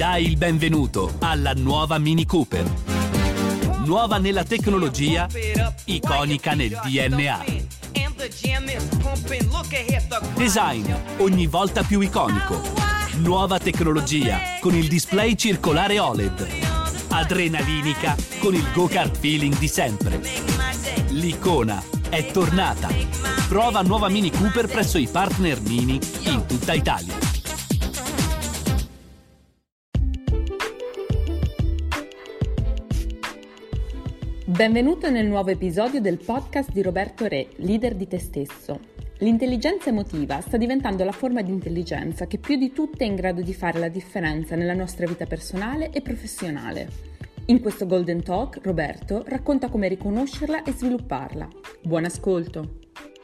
dai il benvenuto alla nuova Mini Cooper. Nuova nella tecnologia, iconica nel DNA. Design ogni volta più iconico. Nuova tecnologia con il display circolare OLED. Adrenalinica con il go-kart feeling di sempre. L'icona è tornata. Prova nuova Mini Cooper presso i partner Mini in tutta Italia. Benvenuto nel nuovo episodio del podcast di Roberto Re, leader di te stesso. L'intelligenza emotiva sta diventando la forma di intelligenza che più di tutte è in grado di fare la differenza nella nostra vita personale e professionale. In questo Golden Talk, Roberto racconta come riconoscerla e svilupparla. Buon ascolto!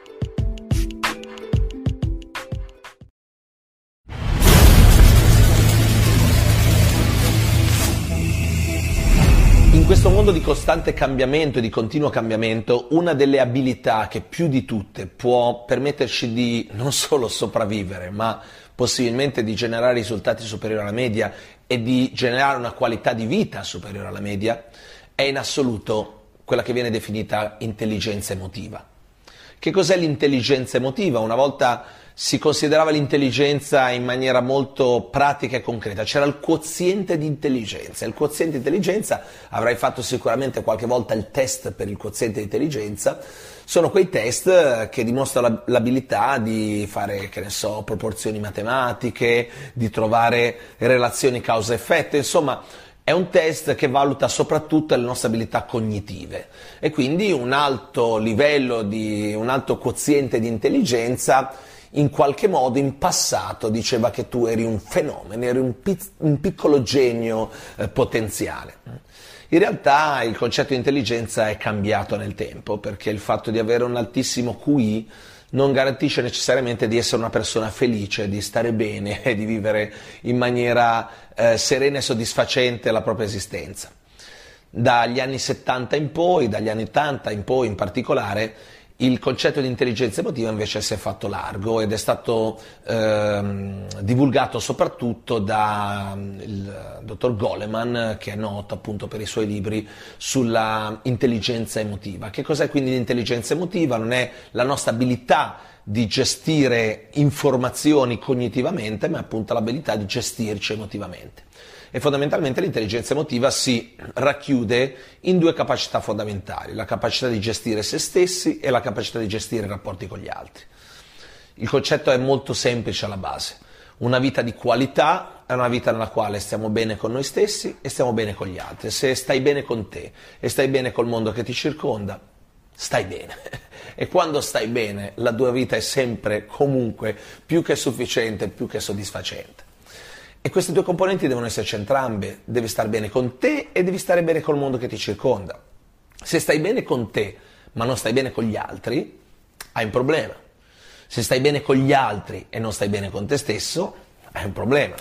In questo mondo di costante cambiamento e di continuo cambiamento, una delle abilità che più di tutte può permetterci di non solo sopravvivere, ma possibilmente di generare risultati superiori alla media e di generare una qualità di vita superiore alla media, è in assoluto quella che viene definita intelligenza emotiva. Che cos'è l'intelligenza emotiva? Una volta si considerava l'intelligenza in maniera molto pratica e concreta, c'era il quoziente di intelligenza. Il quoziente di intelligenza, avrai fatto sicuramente qualche volta il test per il quoziente di intelligenza, sono quei test che dimostrano l'abilità di fare, che ne so, proporzioni matematiche, di trovare relazioni causa-effetto, insomma è un test che valuta soprattutto le nostre abilità cognitive e quindi un alto livello un alto quoziente di intelligenza in qualche modo in passato diceva che tu eri un fenomeno, eri un piccolo genio potenziale. In realtà il concetto di intelligenza è cambiato nel tempo, perché il fatto di avere un altissimo QI non garantisce necessariamente di essere una persona felice, di stare bene e di vivere in maniera serena e soddisfacente la propria esistenza. Dagli anni 70 in poi, dagli anni 80 in poi in particolare, il concetto di intelligenza emotiva invece si è fatto largo ed è stato divulgato soprattutto dal dottor Goleman, che è noto appunto per i suoi libri sulla intelligenza emotiva. Che cos'è quindi l'intelligenza emotiva? Non è la nostra abilità di gestire informazioni cognitivamente, ma appunto l'abilità di gestirci emotivamente. E fondamentalmente l'intelligenza emotiva si racchiude in due capacità fondamentali: la capacità di gestire se stessi e la capacità di gestire i rapporti con gli altri. Il concetto è molto semplice alla base: una vita di qualità è una vita nella quale stiamo bene con noi stessi e stiamo bene con gli altri. Se stai bene con te e stai bene col mondo che ti circonda, stai bene. E quando stai bene, la tua vita è sempre, comunque, più che sufficiente, più che soddisfacente. E queste due componenti devono esserci entrambe. Devi stare bene con te e devi stare bene col mondo che ti circonda. Se stai bene con te, ma non stai bene con gli altri, hai un problema. Se stai bene con gli altri e non stai bene con te stesso, hai un problema.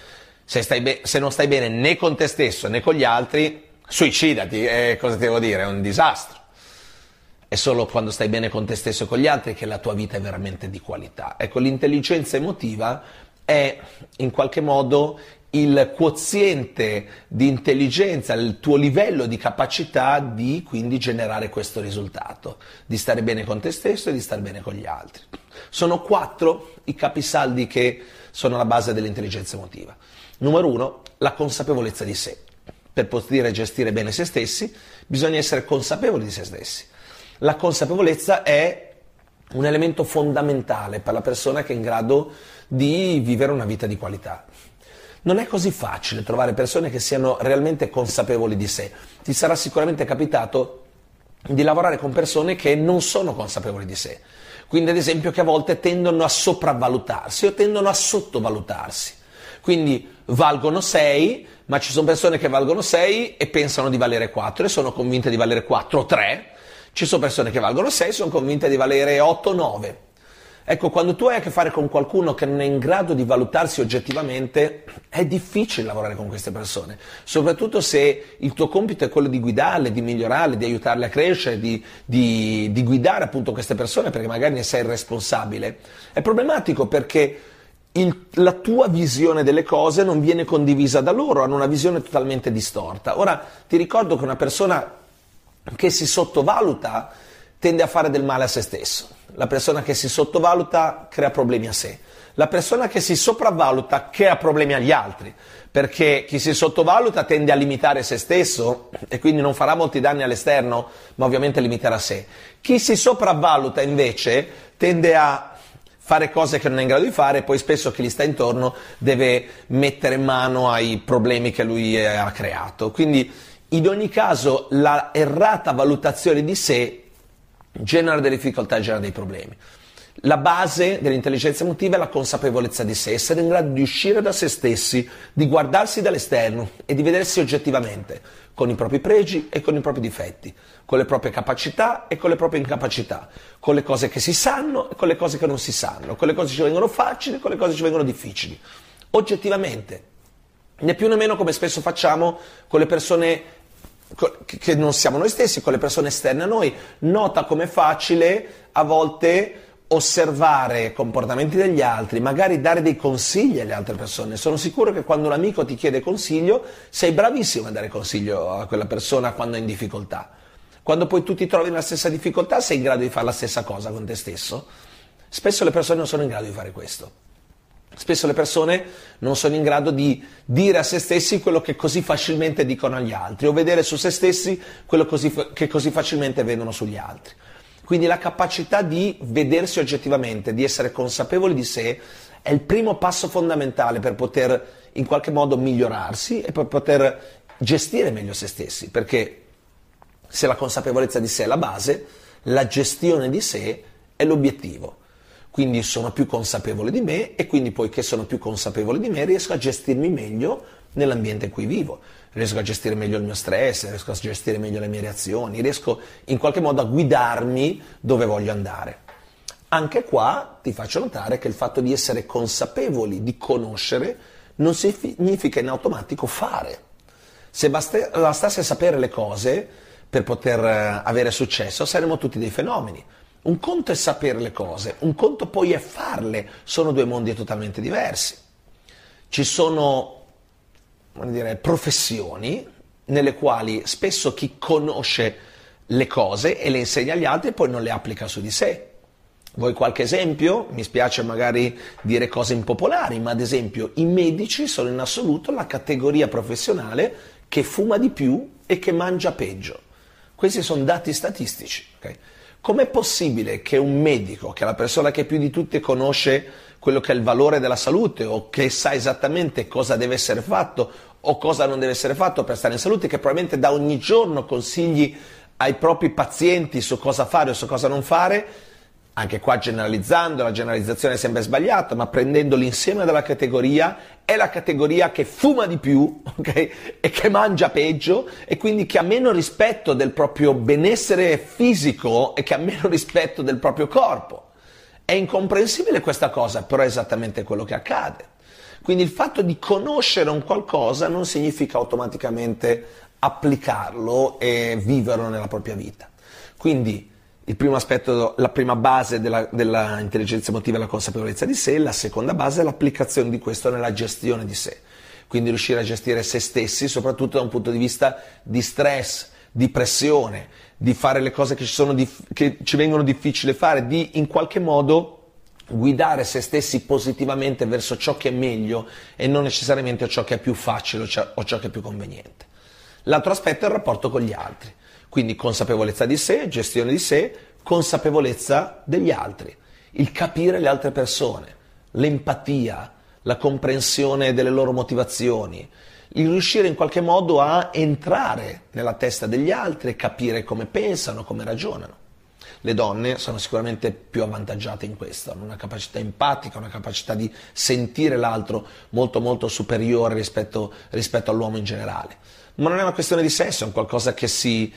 Se non stai bene né con te stesso né con gli altri, suicidati, cosa ti devo dire? È un disastro. È solo quando stai bene con te stesso e con gli altri che la tua vita è veramente di qualità. Ecco, l'intelligenza emotiva è in qualche modo il quoziente di intelligenza, il tuo livello di capacità di quindi generare questo risultato, di stare bene con te stesso e di stare bene con gli altri. Sono 4 i capisaldi che sono la base dell'intelligenza emotiva. Numero 1, la consapevolezza di sé. Per poter gestire bene se stessi bisogna essere consapevoli di se stessi. La consapevolezza è un elemento fondamentale per la persona che è in grado di vivere una vita di qualità. Non è così facile trovare persone che siano realmente consapevoli di sé. Ti sarà sicuramente capitato di lavorare con persone che non sono consapevoli di sé. Quindi ad esempio che a volte tendono a sopravvalutarsi o tendono a sottovalutarsi. Quindi valgono 6, ma ci sono persone che valgono 6 e pensano di valere 4 e sono convinte di valere 4 o 3. Ci sono persone che valgono 6 e sono convinte di valere 8 o 9. Ecco, quando tu hai a che fare con qualcuno che non è in grado di valutarsi oggettivamente, è difficile lavorare con queste persone, soprattutto se il tuo compito è quello di guidarle, di migliorarle, di aiutarle a crescere, di guidare appunto queste persone, perché magari ne sei il responsabile. È problematico perché la tua visione delle cose non viene condivisa da loro, hanno una visione totalmente distorta. Ora, ti ricordo che una persona che si sottovaluta tende a fare del male a se stesso. La persona che si sottovaluta crea problemi a sé. La persona che si sopravvaluta crea problemi agli altri, perché chi si sottovaluta tende a limitare se stesso e quindi non farà molti danni all'esterno, ma ovviamente limiterà sé. Chi si sopravvaluta invece tende a fare cose che non è in grado di fare e poi spesso chi gli sta intorno deve mettere mano ai problemi che lui ha creato. Quindi in ogni caso la errata valutazione di sé genera delle difficoltà e genera dei problemi. La base dell'intelligenza emotiva è la consapevolezza di sé, essere in grado di uscire da se stessi, di guardarsi dall'esterno e di vedersi oggettivamente, con i propri pregi e con i propri difetti, con le proprie capacità e con le proprie incapacità, con le cose che si sanno e con le cose che non si sanno, con le cose che ci vengono facili e con le cose che ci vengono difficili. Oggettivamente, né più né meno come spesso facciamo con le persone che non siamo noi stessi, con le persone esterne a noi. Nota com'è facile a volte osservare comportamenti degli altri, magari dare dei consigli alle altre persone. Sono sicuro che quando un amico ti chiede consiglio, sei bravissimo a dare consiglio a quella persona quando è in difficoltà. Quando poi tu ti trovi nella stessa difficoltà, sei in grado di fare la stessa cosa con te stesso? Spesso le persone non sono in grado di fare questo. Spesso le persone non sono in grado di dire a se stessi quello che così facilmente dicono agli altri, o vedere su se stessi quello che così facilmente vedono sugli altri. Quindi la capacità di vedersi oggettivamente, di essere consapevoli di sé, è il primo passo fondamentale per poter in qualche modo migliorarsi e per poter gestire meglio se stessi, perché se la consapevolezza di sé è la base, la gestione di sé è l'obiettivo. Quindi sono più consapevole di me e quindi poiché sono più consapevole di me riesco a gestirmi meglio nell'ambiente in cui vivo, riesco a gestire meglio il mio stress, riesco a gestire meglio le mie reazioni, riesco in qualche modo a guidarmi dove voglio andare. Anche qua ti faccio notare che il fatto di essere consapevoli, di conoscere, non significa in automatico fare. Se bastasse sapere le cose per poter avere successo, saremmo tutti dei fenomeni. Un conto è sapere le cose, un conto poi è farle, sono due mondi totalmente diversi. Ci sono professioni nelle quali spesso chi conosce le cose e le insegna agli altri poi non le applica su di sé. Vuoi qualche esempio? Mi spiace magari dire cose impopolari, ma ad esempio i medici sono in assoluto la categoria professionale che fuma di più e che mangia peggio. Questi sono dati statistici. Okay? Com'è possibile che un medico, che è la persona che più di tutte conosce quello che è il valore della salute o che sa esattamente cosa deve essere fatto o cosa non deve essere fatto per stare in salute, che probabilmente dà ogni giorno consigli ai propri pazienti su cosa fare o su cosa non fare, anche qua generalizzando, la generalizzazione è sempre sbagliata, ma prendendo l'insieme della categoria, è la categoria che fuma di più, okay? E che mangia peggio e quindi che ha meno rispetto del proprio benessere fisico e che ha meno rispetto del proprio corpo. È incomprensibile questa cosa, però è esattamente quello che accade. Quindi il fatto di conoscere un qualcosa non significa automaticamente applicarlo e viverlo nella propria vita. Quindi il primo aspetto, la prima base della intelligenza emotiva è la consapevolezza di sé, la seconda base è l'applicazione di questo nella gestione di sé. Quindi riuscire a gestire se stessi, soprattutto da un punto di vista di stress, di pressione, di fare le cose che ci vengono difficili fare, di in qualche modo guidare se stessi positivamente verso ciò che è meglio e non necessariamente ciò che è più facile o ciò che è più conveniente. L'altro aspetto è il rapporto con gli altri. Quindi consapevolezza di sé, gestione di sé, consapevolezza degli altri, il capire le altre persone, l'empatia, la comprensione delle loro motivazioni, il riuscire in qualche modo a entrare nella testa degli altri e capire come pensano, come ragionano. Le donne sono sicuramente più avvantaggiate in questo, hanno una capacità empatica, una capacità di sentire l'altro molto molto superiore rispetto all'uomo in generale. Ma non è una questione di sesso, è un qualcosa che si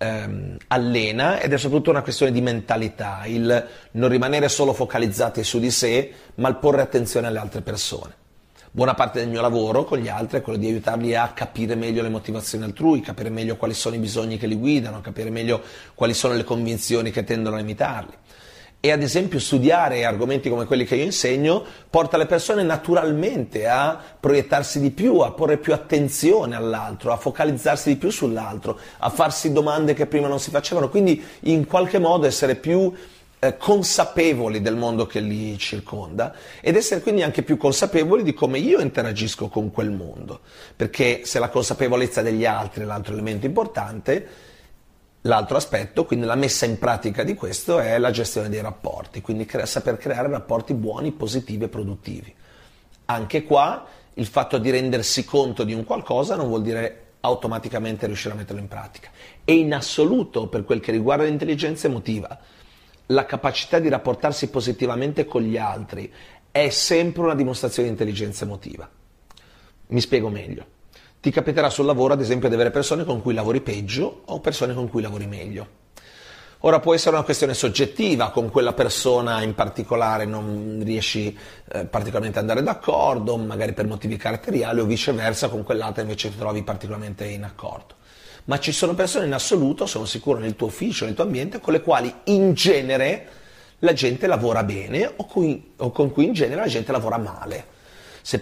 allena ed è soprattutto una questione di mentalità, il non rimanere solo focalizzati su di sé, ma il porre attenzione alle altre persone. Buona parte del mio lavoro con gli altri è quello di aiutarli a capire meglio le motivazioni altrui, capire meglio quali sono i bisogni che li guidano, capire meglio quali sono le convinzioni che tendono a imitarli. E ad esempio studiare argomenti come quelli che io insegno porta le persone naturalmente a proiettarsi di più, a porre più attenzione all'altro, a focalizzarsi di più sull'altro, a farsi domande che prima non si facevano, quindi in qualche modo essere più consapevoli del mondo che li circonda ed essere quindi anche più consapevoli di come io interagisco con quel mondo, perché se la consapevolezza degli altri è l'altro elemento importante, l'altro aspetto, quindi la messa in pratica di questo, è la gestione dei rapporti, quindi saper creare rapporti buoni, positivi e produttivi. Anche qua il fatto di rendersi conto di un qualcosa non vuol dire automaticamente riuscire a metterlo in pratica. E in assoluto, per quel che riguarda l'intelligenza emotiva, la capacità di rapportarsi positivamente con gli altri è sempre una dimostrazione di intelligenza emotiva. Mi spiego meglio. Ti capiterà sul lavoro, ad esempio, di avere persone con cui lavori peggio o persone con cui lavori meglio. Ora può essere una questione soggettiva, con quella persona in particolare non riesci particolarmente ad andare d'accordo, magari per motivi caratteriali, o viceversa, con quell'altra invece ti trovi particolarmente in accordo. Ma ci sono persone in assoluto, sono sicuro, nel tuo ufficio, nel tuo ambiente, con le quali in genere la gente lavora bene o con cui in genere la gente lavora male. Se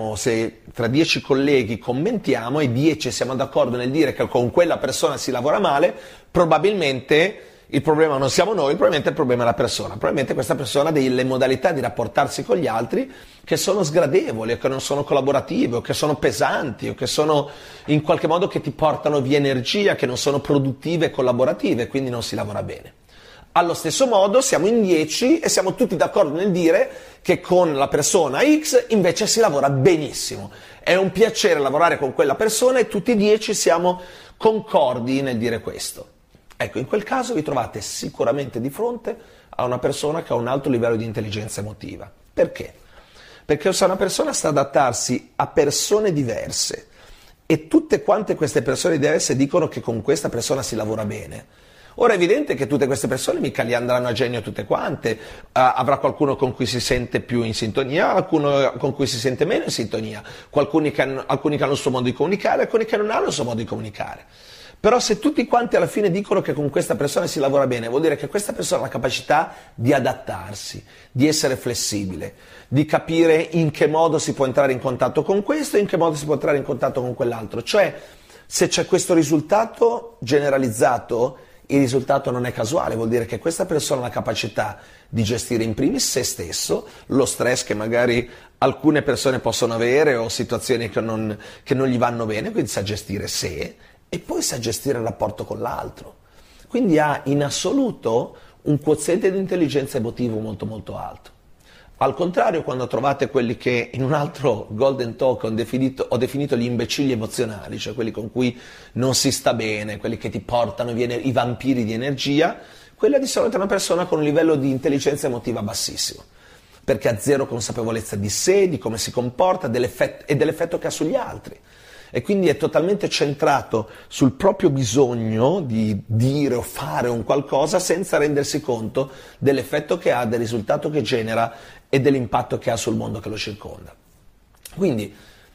tra 10 colleghi commentiamo e 10 siamo d'accordo nel dire che con quella persona si lavora male, probabilmente il problema non siamo noi, probabilmente il problema è la persona. Probabilmente questa persona ha delle modalità di rapportarsi con gli altri che sono sgradevoli, o che non sono collaborative, o che sono pesanti, o che sono in qualche modo che ti portano via energia, che non sono produttive e collaborative, quindi non si lavora bene. Allo stesso modo siamo in 10 e siamo tutti d'accordo nel dire che con la persona X invece si lavora benissimo. È un piacere lavorare con quella persona e tutti e 10 siamo concordi nel dire questo. Ecco, in quel caso vi trovate sicuramente di fronte a una persona che ha un alto livello di intelligenza emotiva. Perché? Perché se una persona sa adattarsi a persone diverse e tutte quante queste persone diverse dicono che con questa persona si lavora bene, ora è evidente che tutte queste persone mica li andranno a genio tutte quante, avrà qualcuno con cui si sente più in sintonia, qualcuno con cui si sente meno in sintonia, alcuni che hanno il suo modo di comunicare, alcuni che non hanno il suo modo di comunicare. Però se tutti quanti alla fine dicono che con questa persona si lavora bene, vuol dire che questa persona ha la capacità di adattarsi, di essere flessibile, di capire in che modo si può entrare in contatto con questo e in che modo si può entrare in contatto con quell'altro. Cioè, se c'è questo risultato generalizzato, il risultato non è casuale, vuol dire che questa persona ha la capacità di gestire in primis se stesso, lo stress che magari alcune persone possono avere o situazioni che non gli vanno bene, quindi sa gestire sé e poi sa gestire il rapporto con l'altro. Quindi ha in assoluto un quoziente di intelligenza emotivo molto molto alto. Al contrario, quando trovate quelli che in un altro Golden Talk ho definito gli imbecilli emozionali, cioè quelli con cui non si sta bene, quelli che ti portano via i vampiri di energia, quella di solito è una persona con un livello di intelligenza emotiva bassissimo, perché ha zero consapevolezza di sé, di come si comporta e dell'effetto che ha sugli altri. E quindi è totalmente centrato sul proprio bisogno di dire o fare un qualcosa senza rendersi conto dell'effetto che ha, del risultato che genera e dell'impatto che ha sul mondo che lo circonda. Quindi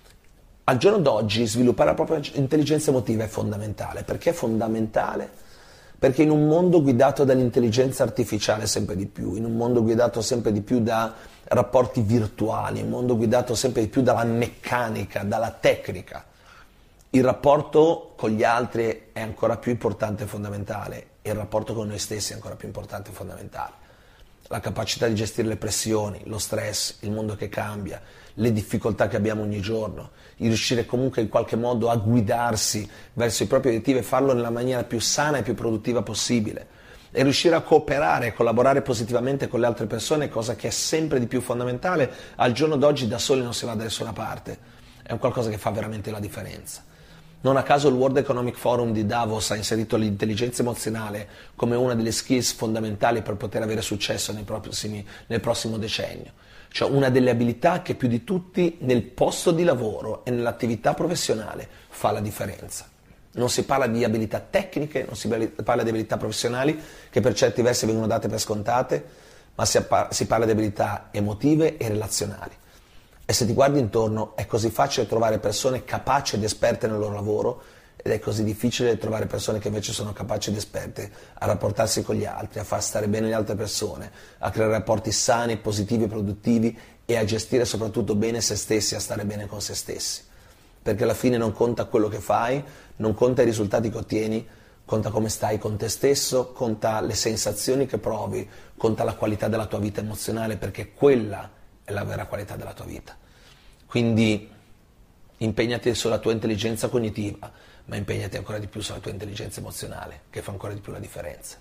al giorno d'oggi sviluppare la propria intelligenza emotiva è fondamentale. Perché è fondamentale? Perché in un mondo guidato dall'intelligenza artificiale sempre di più, in un mondo guidato sempre di più da rapporti virtuali, in un mondo guidato sempre di più dalla meccanica, dalla tecnica, il rapporto con gli altri è ancora più importante e fondamentale e il rapporto con noi stessi è ancora più importante e fondamentale. La capacità di gestire le pressioni, lo stress, il mondo che cambia, le difficoltà che abbiamo ogni giorno, di riuscire comunque in qualche modo a guidarsi verso i propri obiettivi e farlo nella maniera più sana e più produttiva possibile e riuscire a cooperare e collaborare positivamente con le altre persone, cosa che è sempre di più fondamentale. Al giorno d'oggi da soli non si va da nessuna parte, è un qualcosa che fa veramente la differenza. Non a caso il World Economic Forum di Davos ha inserito l'intelligenza emozionale come una delle skills fondamentali per poter avere successo nel prossimo decennio. Cioè una delle abilità che più di tutti nel posto di lavoro e nell'attività professionale fa la differenza. Non si parla di abilità tecniche, non si parla di abilità professionali che per certi versi vengono date per scontate, ma si parla di abilità emotive e relazionali. E se ti guardi intorno è così facile trovare persone capaci ed esperte nel loro lavoro ed è così difficile trovare persone che invece sono capaci ed esperte a rapportarsi con gli altri, a far stare bene le altre persone, a creare rapporti sani, positivi e produttivi e a gestire soprattutto bene se stessi, a stare bene con se stessi. Perché alla fine non conta quello che fai, non conta i risultati che ottieni, conta come stai con te stesso, conta le sensazioni che provi, conta la qualità della tua vita emozionale, perché quella è la vera qualità della tua vita. Quindi impegnati sulla tua intelligenza cognitiva, ma impegnati ancora di più sulla tua intelligenza emozionale, che fa ancora di più la differenza.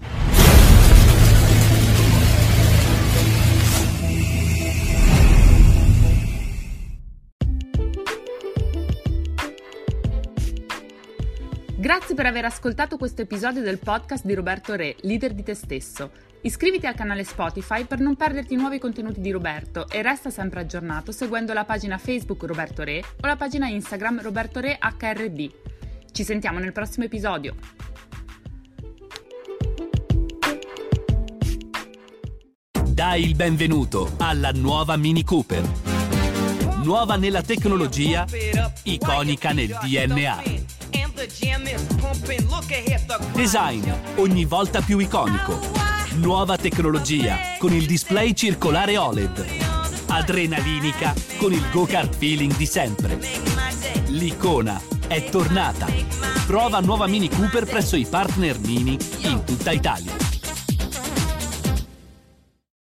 Grazie per aver ascoltato questo episodio del podcast di Roberto Re, leader di te stesso. Iscriviti al canale Spotify per non perderti nuovi contenuti di Roberto e resta sempre aggiornato seguendo la pagina Facebook Roberto Re o la pagina Instagram Roberto Re HRD. Ci sentiamo nel prossimo episodio. Dai il benvenuto alla nuova Mini Cooper. Nuova nella tecnologia, iconica nel DNA. Design ogni volta più iconico. Nuova tecnologia con il display circolare OLED. Adrenalinica con il go-kart feeling di sempre. L'icona è tornata. Prova nuova Mini Cooper presso i partner Mini in tutta Italia.